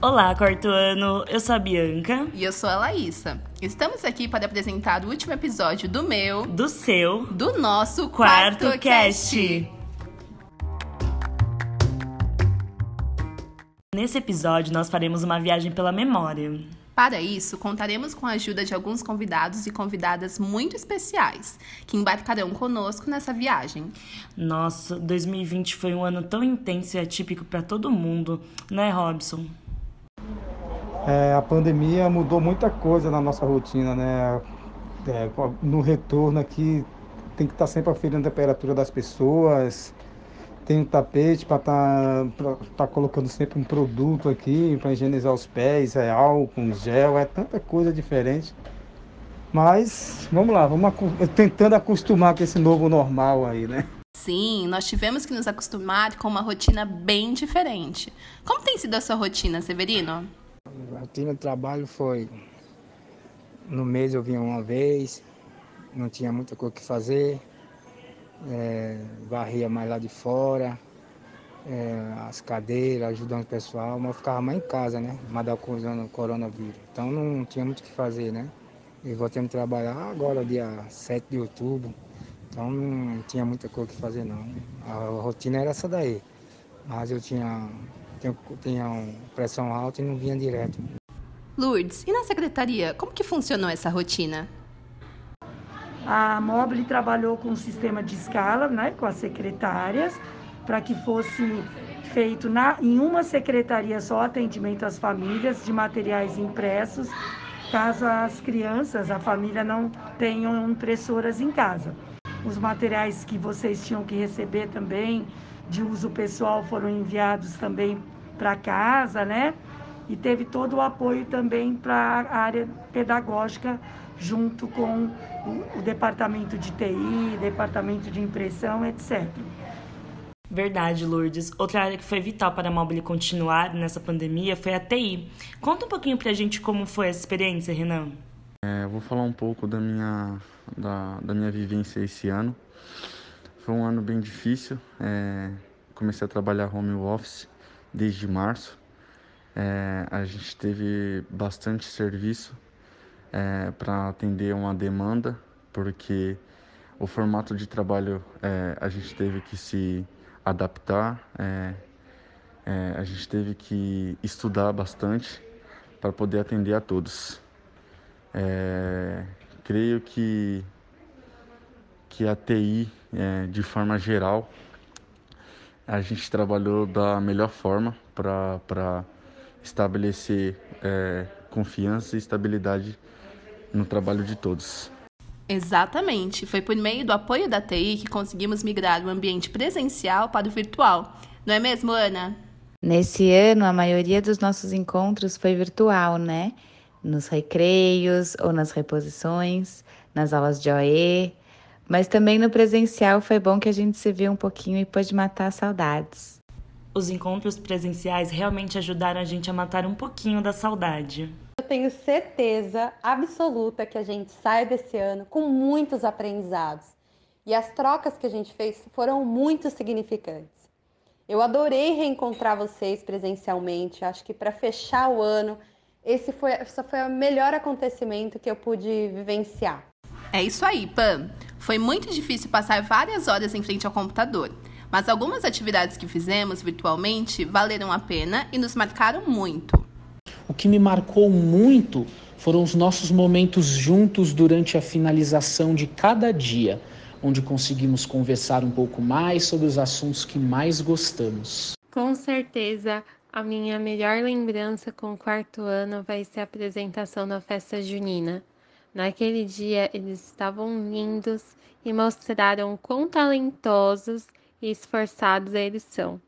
Olá, quarto ano, eu sou a Bianca. E eu sou a Laísa. Estamos aqui para apresentar o último episódio do meu, do seu, do nosso Quarto Cast. Nesse episódio, nós faremos uma viagem pela memória. Para isso, contaremos com a ajuda de alguns convidados e convidadas muito especiais, que embarcarão conosco nessa viagem. Nossa, 2020 foi um ano tão intenso e atípico para todo mundo, né, Robson? A pandemia mudou muita coisa na nossa rotina, né? No retorno aqui, tem que estar sempre aferindo a temperatura das pessoas. Tem um tapete para tá colocando sempre um produto aqui para higienizar os pés, álcool, gel, tanta coisa diferente. Mas vamos lá, vamos tentando acostumar com esse novo normal aí, né? Sim, nós tivemos que nos acostumar com uma rotina bem diferente. Como tem sido a sua rotina, Severino? A rotina do trabalho foi... No mês eu vinha uma vez, não tinha muita coisa que fazer. Varria mais lá de fora, as cadeiras, ajudando o pessoal, mas eu ficava mais em casa, né? Mas da coronavírus. Então não tinha muito o que fazer, né? E voltei a trabalhar agora, dia 7 de outubro. Então não tinha muita coisa que fazer, não. A rotina era essa daí. Mas eu tinha pressão alta e não vinha direto. Lourdes, e na secretaria, como que funcionou essa rotina? A Mobile trabalhou com um sistema de escala, né, com as secretárias, para que fosse feito em uma secretaria só atendimento às famílias de materiais impressos, caso as crianças, a família não tenham impressoras em casa. Os materiais que vocês tinham que receber também, de uso pessoal, foram enviados também para casa, né? E teve todo o apoio também para a área pedagógica, junto com o departamento de TI, departamento de impressão, etc. Verdade, Lourdes. Outra área que foi vital para a Mobile continuar nessa pandemia foi a TI. Conta um pouquinho pra gente como foi essa experiência, Renan. Eu vou falar um pouco da minha vivência esse ano. Foi um ano bem difícil. Comecei a trabalhar home office desde março. A gente teve bastante serviço para atender uma demanda, porque o formato de trabalho a gente teve que se adaptar, a gente teve que estudar bastante para poder atender a todos. Creio que a TI, de forma geral, a gente trabalhou da melhor forma para estabelecer confiança e estabilidade no trabalho de todos. Exatamente. Foi por meio do apoio da TI que conseguimos migrar do ambiente presencial para o virtual. Não é mesmo, Ana? Nesse ano, a maioria dos nossos encontros foi virtual, né? Nos recreios ou nas reposições, nas aulas de OE. Mas também no presencial foi bom que a gente se viu um pouquinho e pôde matar saudades. Os encontros presenciais realmente ajudaram a gente a matar um pouquinho da saudade. Eu tenho certeza absoluta que a gente sai desse ano com muitos aprendizados. E as trocas que a gente fez foram muito significantes. Eu adorei reencontrar vocês presencialmente. Acho que para fechar o ano, esse foi o melhor acontecimento que eu pude vivenciar. É isso aí, Pam. Foi muito difícil passar várias horas em frente ao computador. Mas algumas atividades que fizemos virtualmente valeram a pena e nos marcaram muito. O que me marcou muito foram os nossos momentos juntos durante a finalização de cada dia, onde conseguimos conversar um pouco mais sobre os assuntos que mais gostamos. Com certeza, a minha melhor lembrança com o quarto ano vai ser a apresentação da festa junina. Naquele dia, eles estavam lindos e mostraram o quão talentosos e esforçados eles são.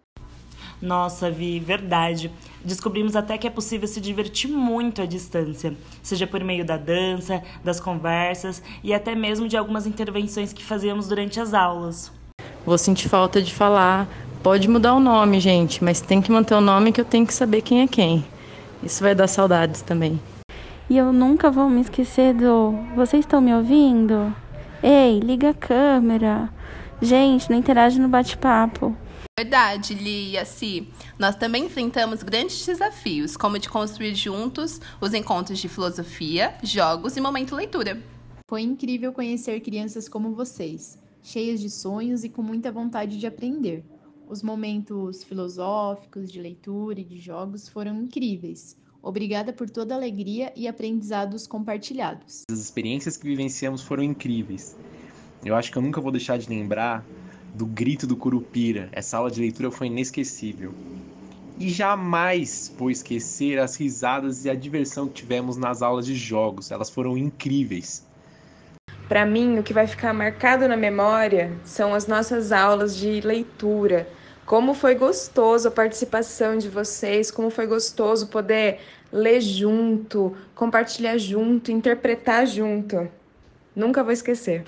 Nossa, Vi, verdade. Descobrimos até que é possível se divertir muito à distância, seja por meio da dança, das conversas e até mesmo de algumas intervenções que fazíamos durante as aulas. Vou sentir falta de falar. Pode mudar o nome, gente, mas tem que manter o nome que eu tenho que saber quem é quem. Isso vai dar saudades também. E eu nunca vou me esquecer do... Vocês estão me ouvindo? Ei, liga a câmera. Gente, não interage no bate-papo. Verdade, Li e Assi. Nós também enfrentamos grandes desafios, como de construir juntos os encontros de filosofia, jogos e momento leitura. Foi incrível conhecer crianças como vocês, cheias de sonhos e com muita vontade de aprender. Os momentos filosóficos, de leitura e de jogos foram incríveis. Obrigada por toda a alegria e aprendizados compartilhados. As experiências que vivenciamos foram incríveis. Eu acho que eu nunca vou deixar de lembrar do grito do Curupira. Essa aula de leitura foi inesquecível. E jamais vou esquecer as risadas e a diversão que tivemos nas aulas de jogos. Elas foram incríveis. Para mim, o que vai ficar marcado na memória são as nossas aulas de leitura. Como foi gostoso a participação de vocês, como foi gostoso poder ler junto, compartilhar junto, interpretar junto. Nunca vou esquecer.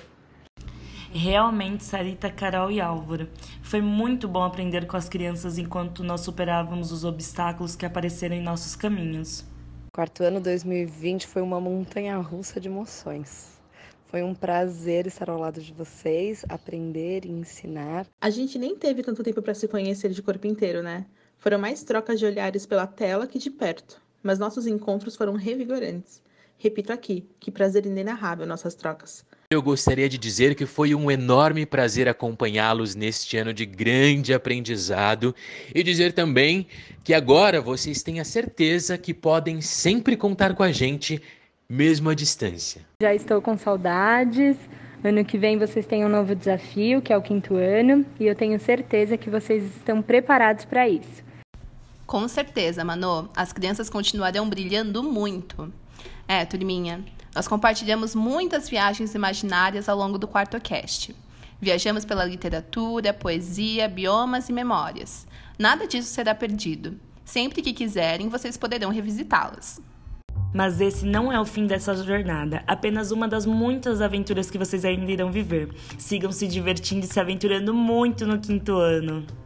Realmente, Sarita, Carol e Álvaro. Foi muito bom aprender com as crianças enquanto nós superávamos os obstáculos que apareceram em nossos caminhos. Quarto ano 2020 foi uma montanha-russa de emoções. Foi um prazer estar ao lado de vocês, aprender e ensinar. A gente nem teve tanto tempo para se conhecer de corpo inteiro, né? Foram mais trocas de olhares pela tela que de perto, mas nossos encontros foram revigorantes. Repito aqui, que prazer inenarrável nossas trocas. Eu gostaria de dizer que foi um enorme prazer acompanhá-los neste ano de grande aprendizado e dizer também que agora vocês têm a certeza que podem sempre contar com a gente, mesmo à distância. Já estou com saudades. Ano que vem vocês têm um novo desafio, que é o 5º ano, e eu tenho certeza que vocês estão preparados para isso. Com certeza, Manu. As crianças continuarão brilhando muito. Turminha, nós compartilhamos muitas viagens imaginárias ao longo do QuartoCast. Viajamos pela literatura, poesia, biomas e memórias. Nada disso será perdido. Sempre que quiserem, vocês poderão revisitá-las. Mas esse não é o fim dessa jornada, apenas uma das muitas aventuras que vocês ainda irão viver. Sigam se divertindo e se aventurando muito no 5º ano.